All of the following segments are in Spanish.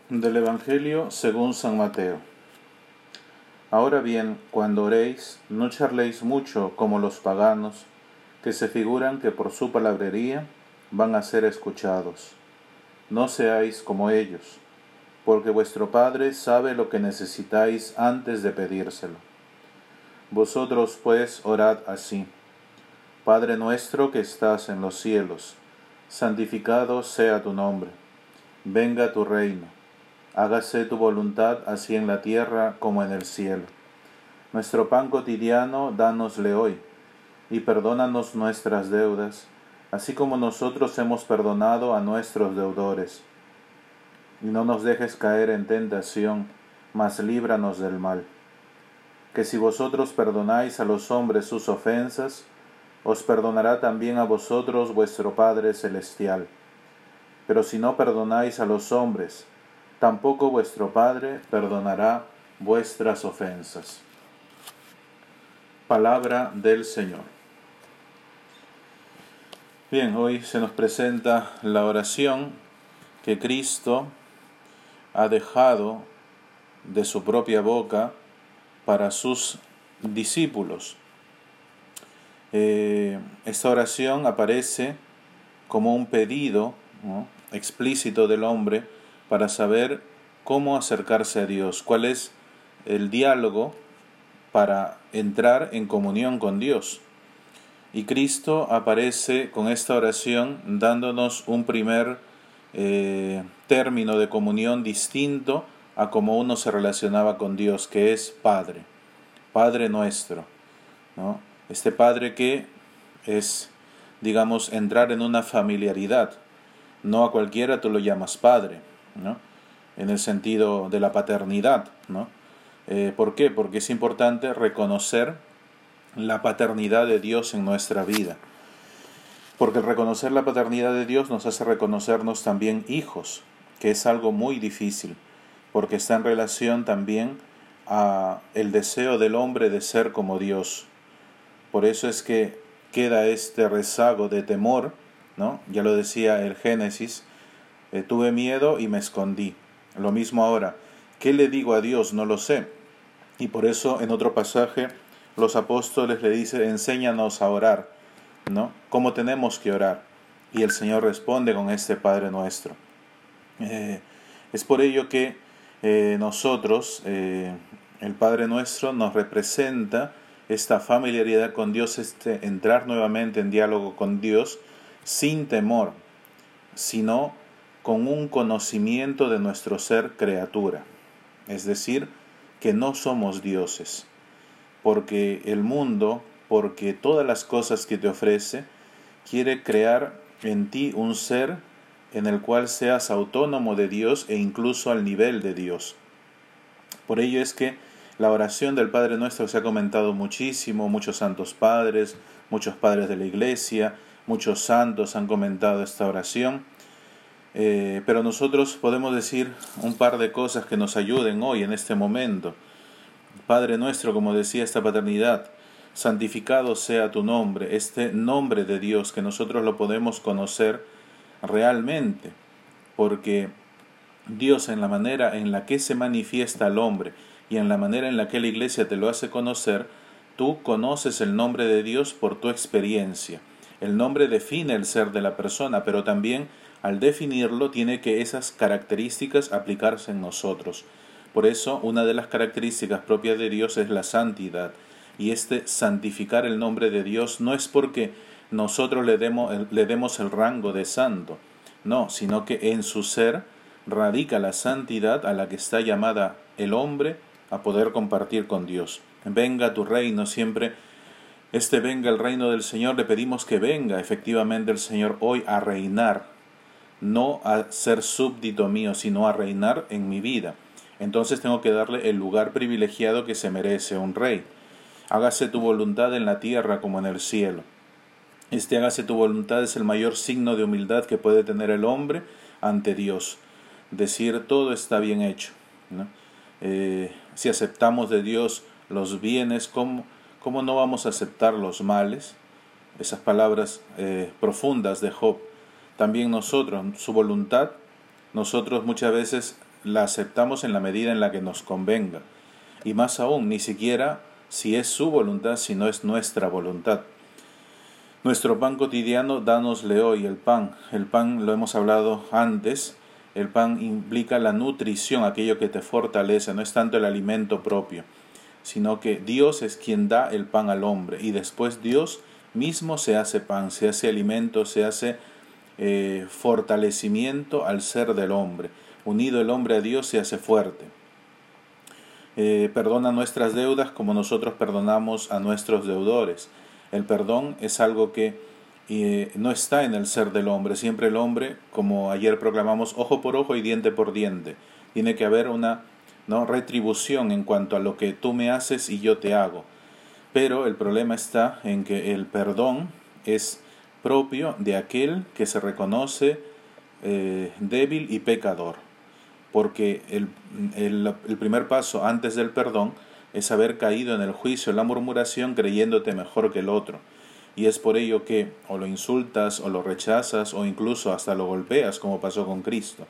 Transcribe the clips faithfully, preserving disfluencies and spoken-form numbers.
Del Evangelio según San Mateo. Ahora bien, cuando oréis, no charléis mucho como los paganos, que se figuran que por su palabrería van a ser escuchados. No seáis como ellos, porque vuestro Padre sabe lo que necesitáis antes de pedírselo. Vosotros pues orad así: Padre nuestro que estás en los cielos, santificado sea tu nombre. Venga tu reino. Hágase tu voluntad así en la tierra como en el cielo. Nuestro pan cotidiano dánosle hoy, y perdónanos nuestras deudas, así como nosotros hemos perdonado a nuestros deudores. Y no nos dejes caer en tentación, mas líbranos del mal. Que si vosotros perdonáis a los hombres sus ofensas, os perdonará también a vosotros vuestro Padre Celestial. Pero si no perdonáis a los hombres, tampoco vuestro Padre perdonará vuestras ofensas. Palabra del Señor. Bien, hoy se nos presenta la oración que Cristo ha dejado de su propia boca para sus discípulos. Eh, esta oración aparece como un pedido, ¿no?, explícito del hombre para saber cómo acercarse a Dios, cuál es el diálogo para entrar en comunión con Dios. Y Cristo aparece con esta oración dándonos un primer eh, término de comunión distinto a cómo uno se relacionaba con Dios, que es Padre, Padre nuestro, ¿no? Este Padre que es, digamos, entrar en una familiaridad. No a cualquiera tú lo llamas Padre, ¿no?, en el sentido de la paternidad, ¿no? Eh, ¿Por qué? Porque es importante reconocer la paternidad de Dios en nuestra vida. Porque el reconocer la paternidad de Dios nos hace reconocernos también hijos, que es algo muy difícil, porque está en relación también a el deseo del hombre de ser como Dios. Por eso es que queda este rezago de temor, ¿no? Ya lo decía el Génesis, eh, tuve miedo y me escondí. Lo mismo ahora, ¿qué le digo a Dios? No lo sé. Y por eso en otro pasaje los apóstoles le dicen, enséñanos a orar, ¿no? ¿Cómo tenemos que orar? Y el Señor responde con este Padre nuestro. Eh, es por ello que eh, nosotros, eh, el Padre nuestro nos representa esta familiaridad con Dios, este entrar nuevamente en diálogo con Dios sin temor, sino con un conocimiento de nuestro ser criatura, es decir, que no somos dioses, porque el mundo, porque todas las cosas que te ofrece, quiere crear en ti un ser en el cual seas autónomo de Dios e incluso al nivel de Dios. Por ello es que la oración del Padre Nuestro se ha comentado muchísimo, muchos santos padres, muchos padres de la Iglesia, muchos santos han comentado esta oración. Eh, pero nosotros podemos decir un par de cosas que nos ayuden hoy en este momento. Padre nuestro, como decía esta paternidad, santificado sea tu nombre, este nombre de Dios que nosotros lo podemos conocer realmente, porque Dios, en la manera en la que se manifiesta al hombre y en la manera en la que la Iglesia te lo hace conocer, tú conoces el nombre de Dios por tu experiencia. El nombre define el ser de la persona, pero también al definirlo tiene que esas características aplicarse en nosotros. Por eso una de las características propias de Dios es la santidad. Y este santificar el nombre de Dios no es porque nosotros le demos, le demos el rango de santo, no, sino que en su ser radica la santidad a la que está llamada el hombre a poder compartir con Dios. Venga tu reino, siempre este venga el reino del Señor, le pedimos que venga efectivamente el Señor hoy a reinar, no a ser súbdito mío, sino a reinar en mi vida. Entonces tengo que darle el lugar privilegiado que se merece un rey. Hágase tu voluntad en la tierra como en el cielo. Este hágase tu voluntad es el mayor signo de humildad que puede tener el hombre ante Dios. Decir todo está bien hecho, ¿no? Eh, si aceptamos de Dios los bienes, ¿cómo, cómo no vamos a aceptar los males? Esas palabras eh, profundas de Job. También nosotros, su voluntad, nosotros muchas veces la aceptamos en la medida en la que nos convenga. Y más aún, ni siquiera si es su voluntad, si no es nuestra voluntad. Nuestro pan cotidiano, dánosle hoy el pan. El pan, lo hemos hablado antes, el pan implica la nutrición, aquello que te fortalece, no es tanto el alimento propio, sino que Dios es quien da el pan al hombre y después Dios mismo se hace pan, se hace alimento, se hace eh, fortalecimiento al ser del hombre. Unido el hombre a Dios se hace fuerte. Eh, perdona nuestras deudas como nosotros perdonamos a nuestros deudores. El perdón es algo que eh, no está en el ser del hombre. Siempre el hombre, como ayer proclamamos, ojo por ojo y diente por diente. Tiene que haber una ¿no? retribución en cuanto a lo que tú me haces y yo te hago. Pero el problema está en que el perdón es propio de aquel que se reconoce eh, débil y pecador. Porque el, el, el primer paso antes del perdón es haber caído en el juicio, en la murmuración, creyéndote mejor que el otro. Y es por ello que o lo insultas, o lo rechazas, o incluso hasta lo golpeas, como pasó con Cristo.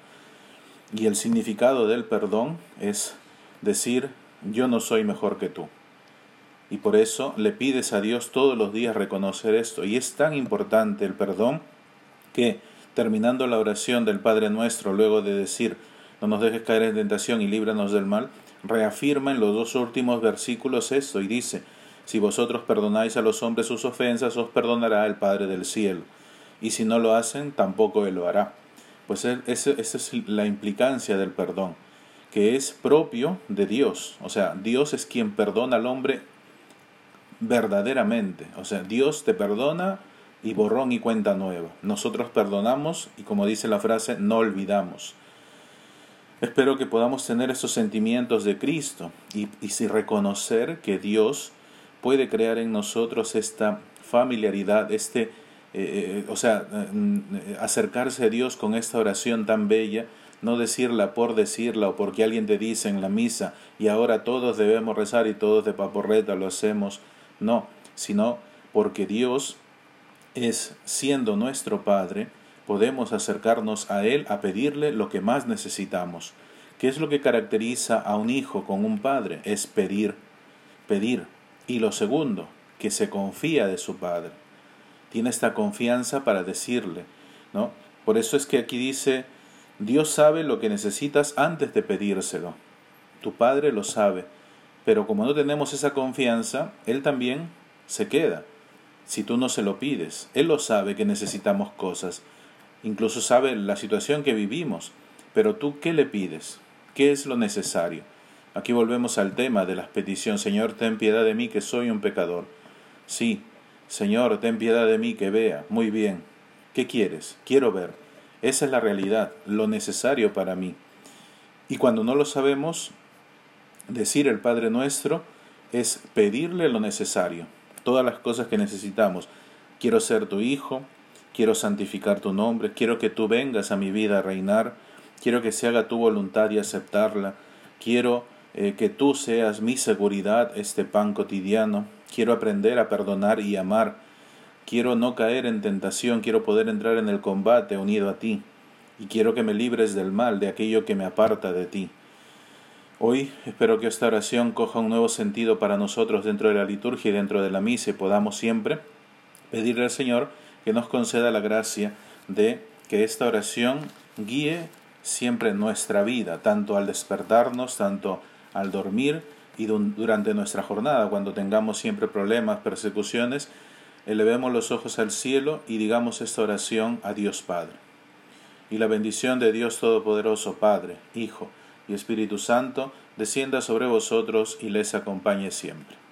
Y el significado del perdón es decir, yo no soy mejor que tú. Y por eso le pides a Dios todos los días reconocer esto. Y es tan importante el perdón que, terminando la oración del Padre Nuestro, luego de decir, no nos dejes caer en tentación y líbranos del mal, reafirma en los dos últimos versículos esto y dice, si vosotros perdonáis a los hombres sus ofensas, os perdonará el Padre del cielo. Y si no lo hacen, tampoco Él lo hará. Pues esa es la implicancia del perdón, que es propio de Dios. O sea, Dios es quien perdona al hombre verdaderamente. O sea, Dios te perdona y borrón y cuenta nueva. Nosotros perdonamos y, como dice la frase, no olvidamos. Espero que podamos tener esos sentimientos de Cristo y, y si reconocer que Dios puede crear en nosotros esta familiaridad, este, eh, o sea, eh, acercarse a Dios con esta oración tan bella, no decirla por decirla o porque alguien te dice en la misa y ahora todos debemos rezar y todos de paporreta lo hacemos, no, sino porque Dios es, siendo nuestro Padre, podemos acercarnos a Él a pedirle lo que más necesitamos. ¿Qué es lo que caracteriza a un hijo con un padre? Es pedir, pedir. Y lo segundo, que se confía de su Padre. Tiene esta confianza para decirle, ¿no? Por eso es que aquí dice, Dios sabe lo que necesitas antes de pedírselo. Tu Padre lo sabe. Pero como no tenemos esa confianza, Él también se queda. Si tú no se lo pides, Él lo sabe que necesitamos cosas. Incluso sabe la situación que vivimos. Pero tú, ¿qué le pides? ¿Qué es lo necesario? Aquí volvemos al tema de las peticiones. Señor, ten piedad de mí que soy un pecador. Sí, Señor, ten piedad de mí que vea. Muy bien. ¿Qué quieres? Quiero ver. Esa es la realidad, lo necesario para mí. Y cuando no lo sabemos, decir el Padre Nuestro es pedirle lo necesario. Todas las cosas que necesitamos. Quiero ser tu hijo. Quiero santificar tu nombre, quiero que tú vengas a mi vida a reinar, quiero que se haga tu voluntad y aceptarla, quiero eh, que tú seas mi seguridad, este pan cotidiano, quiero aprender a perdonar y amar, quiero no caer en tentación, quiero poder entrar en el combate unido a ti, y quiero que me libres del mal, de aquello que me aparta de ti. Hoy espero que esta oración coja un nuevo sentido para nosotros dentro de la liturgia y dentro de la misa y podamos siempre pedirle al Señor que nos conceda la gracia de que esta oración guíe siempre nuestra vida, tanto al despertarnos, tanto al dormir y durante nuestra jornada, cuando tengamos siempre problemas, persecuciones, elevemos los ojos al cielo y digamos esta oración a Dios Padre. Y la bendición de Dios Todopoderoso, Padre, Hijo y Espíritu Santo, descienda sobre vosotros y les acompañe siempre.